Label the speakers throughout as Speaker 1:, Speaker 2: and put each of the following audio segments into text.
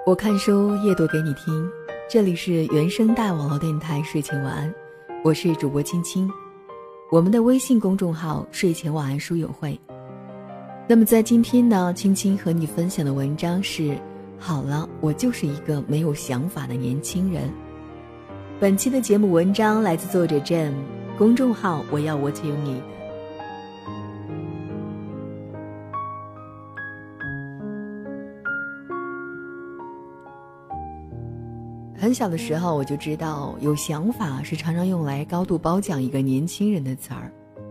Speaker 1: 我看书夜读给你听，这里是原声带网络电台睡前晚安，我是主播青青。我们的微信公众号睡前晚安书友会。那么在今天呢，青青和你分享的文章是好了，我就是一个没有想法的年轻人。本期的节目文章来自作者 Jam， 公众号我要What You Need。很小的时候我就知道，有想法是常常用来高度褒奖一个年轻人的词儿。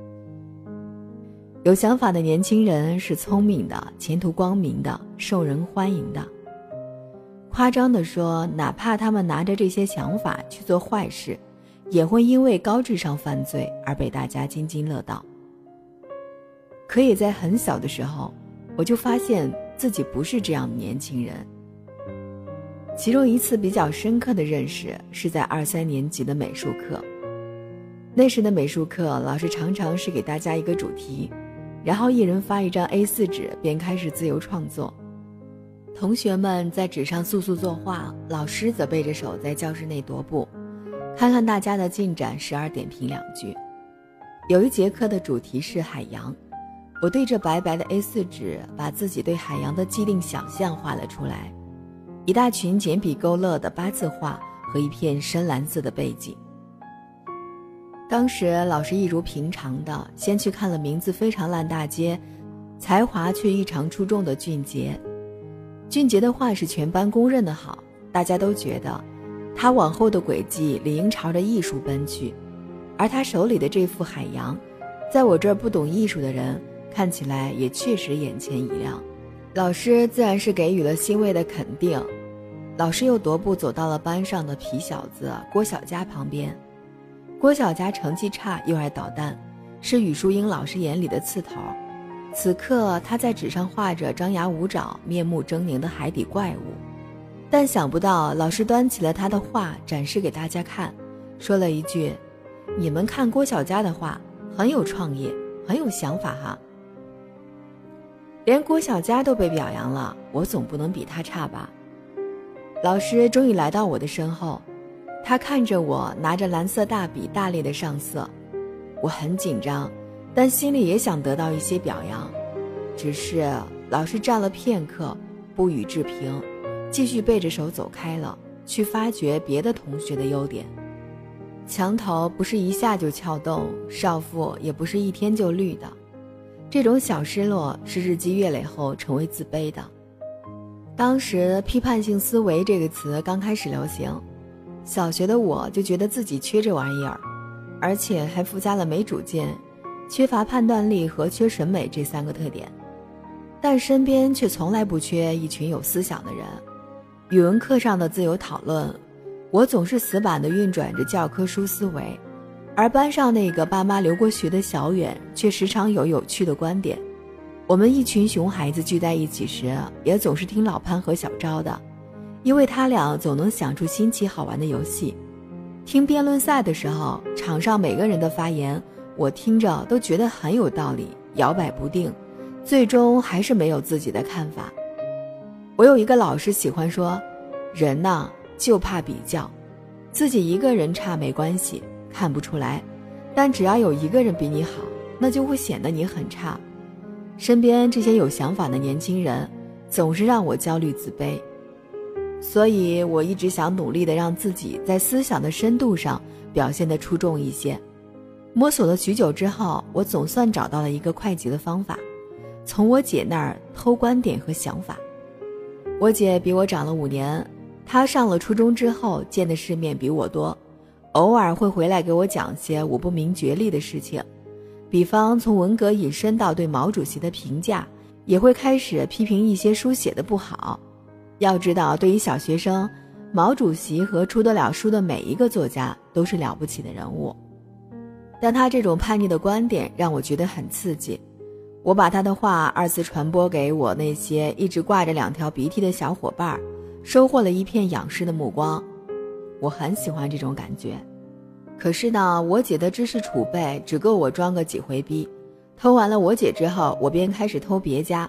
Speaker 1: 有想法的年轻人是聪明的、前途光明的、受人欢迎的。夸张地说，哪怕他们拿着这些想法去做坏事，也会因为高智商犯罪而被大家津津乐道。可也在很小的时候，我就发现自己不是这样的年轻人。其中一次比较深刻的认识是在2、3年级的美术课。那时的美术课，老师常常是给大家一个主题，然后一人发一张 A4 纸，便开始自由创作。同学们在纸上速速作画，老师则背着手在教室内踱步，看看大家的进展，时而点评2句。有一节课的主题是海洋，我对着白白的 A4 纸，把自己对海洋的既定想象画了出来。一大群简笔勾勒的8字画和一片深蓝色的背景。当时老师一如平常的先去看了名字非常烂大街，才华却异常出众的俊杰。俊杰的画是全班公认的好，大家都觉得他往后的轨迹理应朝着艺术奔去，而他手里的这幅海洋，在我这儿不懂艺术的人看起来也确实眼前一亮。老师自然是给予了欣慰的肯定。老师又踱步走到了班上的皮小子郭小佳旁边。郭小佳成绩差又爱捣蛋，是语数英老师眼里的刺头。此刻他在纸上画着张牙舞爪、面目狰狞的海底怪物。但想不到老师端起了他的画展示给大家看，说了一句：你们看郭小佳的画很有创意，很有想法哈。连郭小佳都被表扬了，我总不能比他差吧。老师终于来到我的身后，他看着我拿着蓝色大笔大力的上色。我很紧张，但心里也想得到一些表扬。只是老师站了片刻，不予置评，继续背着手走开了，去发掘别的同学的优点。墙头不是一下就撬动，少妇也不是一天就绿的。这种小失落是日积月累后成为自卑的。当时批判性思维这个词刚开始流行，小学的我就觉得自己缺这玩意儿，而且还附加了没主见、缺乏判断力和缺审美这3个特点。但身边却从来不缺一群有思想的人。语文课上的自由讨论，我总是死板地运转着教科书思维，而班上那个爸妈留过学的小远却时常有趣的观点。我们一群熊孩子聚在一起时，也总是听老潘和小昭的，因为他俩总能想出新奇好玩的游戏。听辩论赛的时候，场上每个人的发言，我听着都觉得很有道理，摇摆不定，最终还是没有自己的看法。我有一个老师喜欢说，人呐，就怕比较，自己一个人差没关系，看不出来，但只要有一个人比你好，那就会显得你很差。身边这些有想法的年轻人总是让我焦虑自卑，所以我一直想努力地让自己在思想的深度上表现得出众一些。摸索了许久之后，我总算找到了一个快捷的方法，从我姐那儿偷观点和想法。我姐比我长了5年，她上了初中之后见的世面比我多，偶尔会回来给我讲些我不明觉厉的事情，比方从文革引申到对毛主席的评价，也会开始批评一些书写的不好。要知道，对于小学生，毛主席和出得了书的每一个作家都是了不起的人物。但他这种叛逆的观点让我觉得很刺激，我把他的话2次传播给我那些一直挂着2条鼻涕的小伙伴，收获了一片仰视的目光。我很喜欢这种感觉。可是呢，我姐的知识储备只够我装个几回逼。偷完了我姐之后，我便开始偷别家，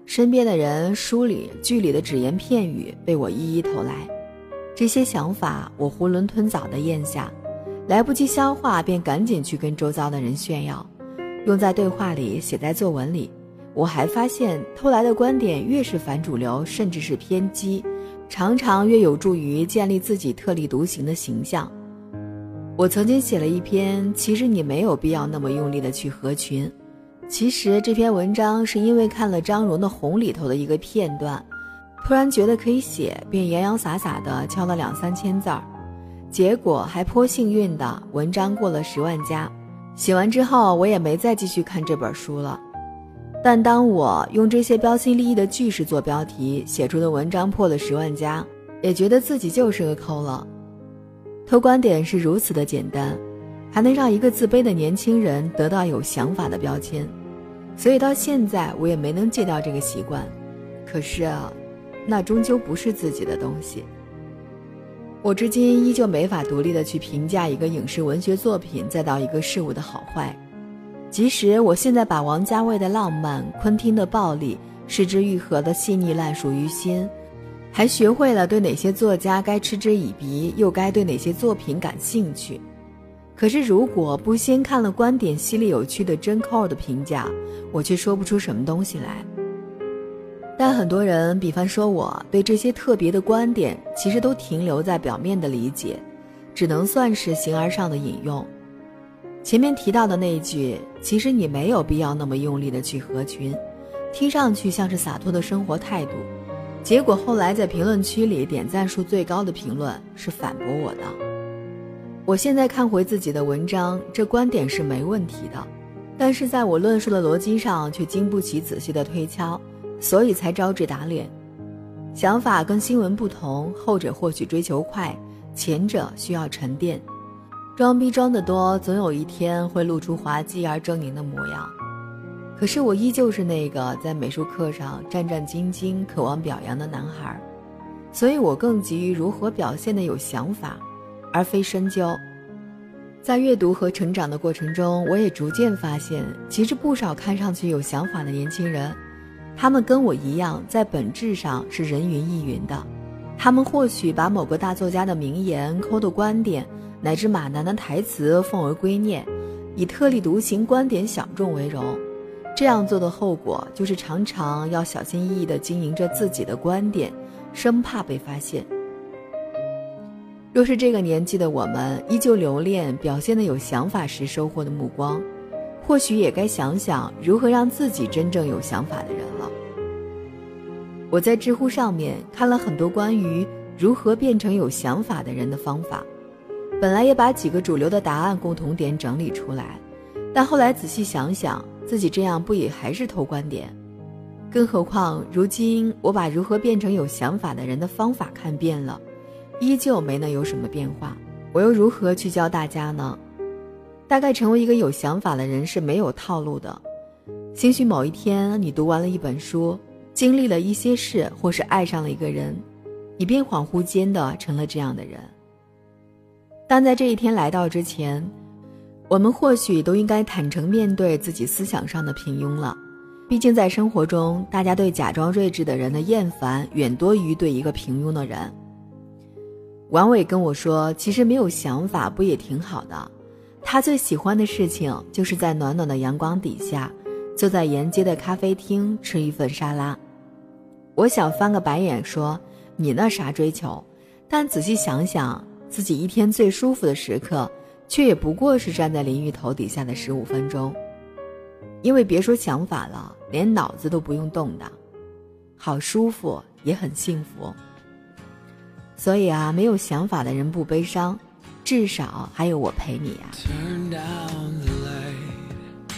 Speaker 1: 身边的人、书里、剧里的只言片语被我一一投来，这些想法我囫囵吞枣地咽下，来不及消化便赶紧去跟周遭的人炫耀，用在对话里，写在作文里。我还发现偷来的观点越是反主流，甚至是偏激，常常越有助于建立自己特立独行的形象。我曾经写了一篇其实你没有必要那么用力的去合群。其实这篇文章是因为看了张荣的《红》里头的一个片段，突然觉得可以写，便洋洋洒洒地敲了2-3千字儿，结果还颇幸运的文章过了10万加。写完之后我也没再继续看这本书了。但当我用这些标新立异的句式做标题，写出的文章破了10万加，也觉得自己就是个抠了。偷观点是如此的简单，还能让一个自卑的年轻人得到有想法的标签，所以到现在我也没能戒掉这个习惯。可是那终究不是自己的东西。我至今依旧没法独立的去评价一个影视文学作品再到一个事物的好坏。即使我现在把王家卫的浪漫、昆汀的暴力、是枝裕和的细腻烂熟于心，还学会了对哪些作家该嗤之以鼻，又该对哪些作品感兴趣。可是如果不先看了观点犀利有趣的真扣的评价，我却说不出什么东西来。但很多人，比方说我，对这些特别的观点其实都停留在表面的理解，只能算是形而上的引用。前面提到的那一句，其实你没有必要那么用力的去合群，听上去像是洒脱的生活态度，结果后来在评论区里点赞数最高的评论是反驳我的。我现在看回自己的文章，这观点是没问题的，但是在我论述的逻辑上却经不起仔细的推敲，所以才招致打脸。想法跟新闻不同，后者或许追求快，前者需要沉淀。装逼装得多，总有一天会露出滑稽而狰狞的模样。可是我依旧是那个在美术课上战战兢兢渴望表扬的男孩，所以我更急于如何表现得有想法，而非深究。在阅读和成长的过程中，我也逐渐发现，其实不少看上去有想法的年轻人，他们跟我一样，在本质上是人云亦云的。他们或许把某个大作家的名言、抠的观点，乃至马南的台词奉而圭臬，以特立独行、观点小众为荣。这样做的后果就是常常要小心翼翼地经营着自己的观点，生怕被发现。若是这个年纪的我们依旧留恋表现得有想法时收获的目光，或许也该想想如何让自己真正有想法的人了。我在知乎上面看了很多关于如何变成有想法的人的方法，本来也把几个主流的答案共同点整理出来，但后来仔细想想，自己这样不也还是偷观点？更何况如今我把如何变成有想法的人的方法看遍了，依旧没能有什么变化，我又如何去教大家呢？大概成为一个有想法的人是没有套路的。兴许某一天你读完了一本书，经历了一些事，或是爱上了一个人，你便恍惚间的成了这样的人。但在这一天来到之前，我们或许都应该坦诚面对自己思想上的平庸了。毕竟在生活中，大家对假装睿智的人的厌烦远多于对一个平庸的人。王伟跟我说，其实没有想法不也挺好的，他最喜欢的事情就是在暖暖的阳光底下，坐在沿街的咖啡厅吃一份沙拉。我想翻个白眼说，你那啥追求？但仔细想想，自己一天最舒服的时刻，却也不过是站在淋浴头底下的15分钟。因为别说想法了，连脑子都不用动的，好舒服，也很幸福。所以啊，没有想法的人不悲伤，至少还有我陪你啊。Turn down the light,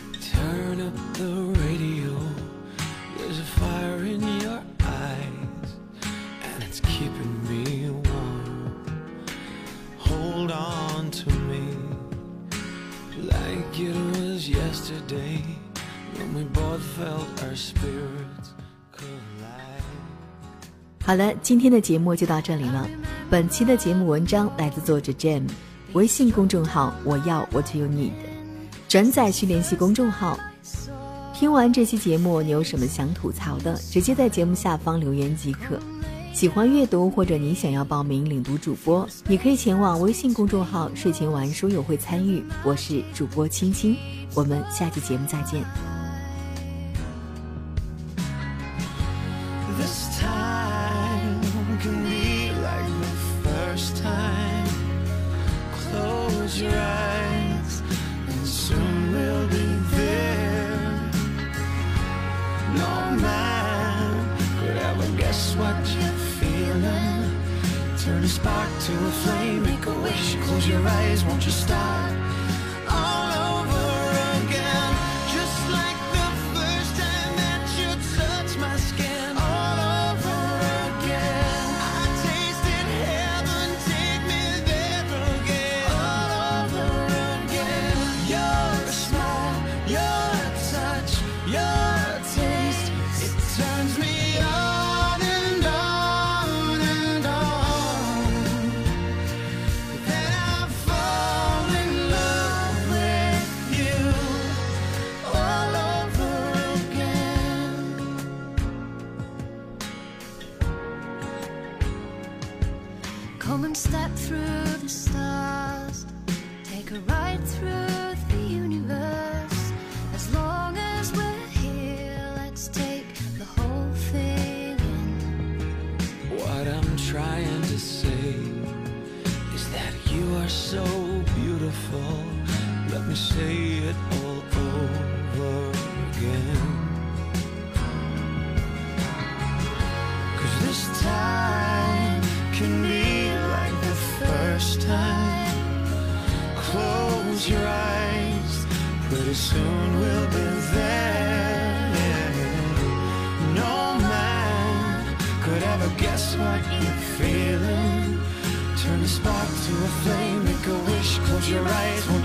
Speaker 1: turn up the radio, there's a fire in your eyes, and it's keeping me warm. Hold on to me, like it was yesterday, when we both felt our spirits collide. 好了，今天的节目就到这里了。本期的节目文章来自作者 Jam， 微信公众号我要 What You Need， 转载需联系公众号听完这期节目，你有什么想吐槽的，直接在节目下方留言即可。喜欢阅读或者你想要报名领读主播，你可以前往微信公众号睡前玩书友会参与。我是主播青青，我们下期节目再见。
Speaker 2: What you're feeling, turn a spark to a flame, make a wish, close your eyes, won't you start all over again, just like the first time that you touched my skin, all over again. I tasted heaven, take me there again, all over again. Your smile, your touch, your taste, it turns me on. Come and step through the stars, take a ride through the universe. As long as we're here, let's take the whole thing in. What I'm trying to say is that you are so beautiful. Let me say it all over again. 'Cause this time can be first time. Close your eyes, pretty soon we'll be there. No man could ever guess what you're feeling. Turn a spark to a flame, make a wish, close your eyes.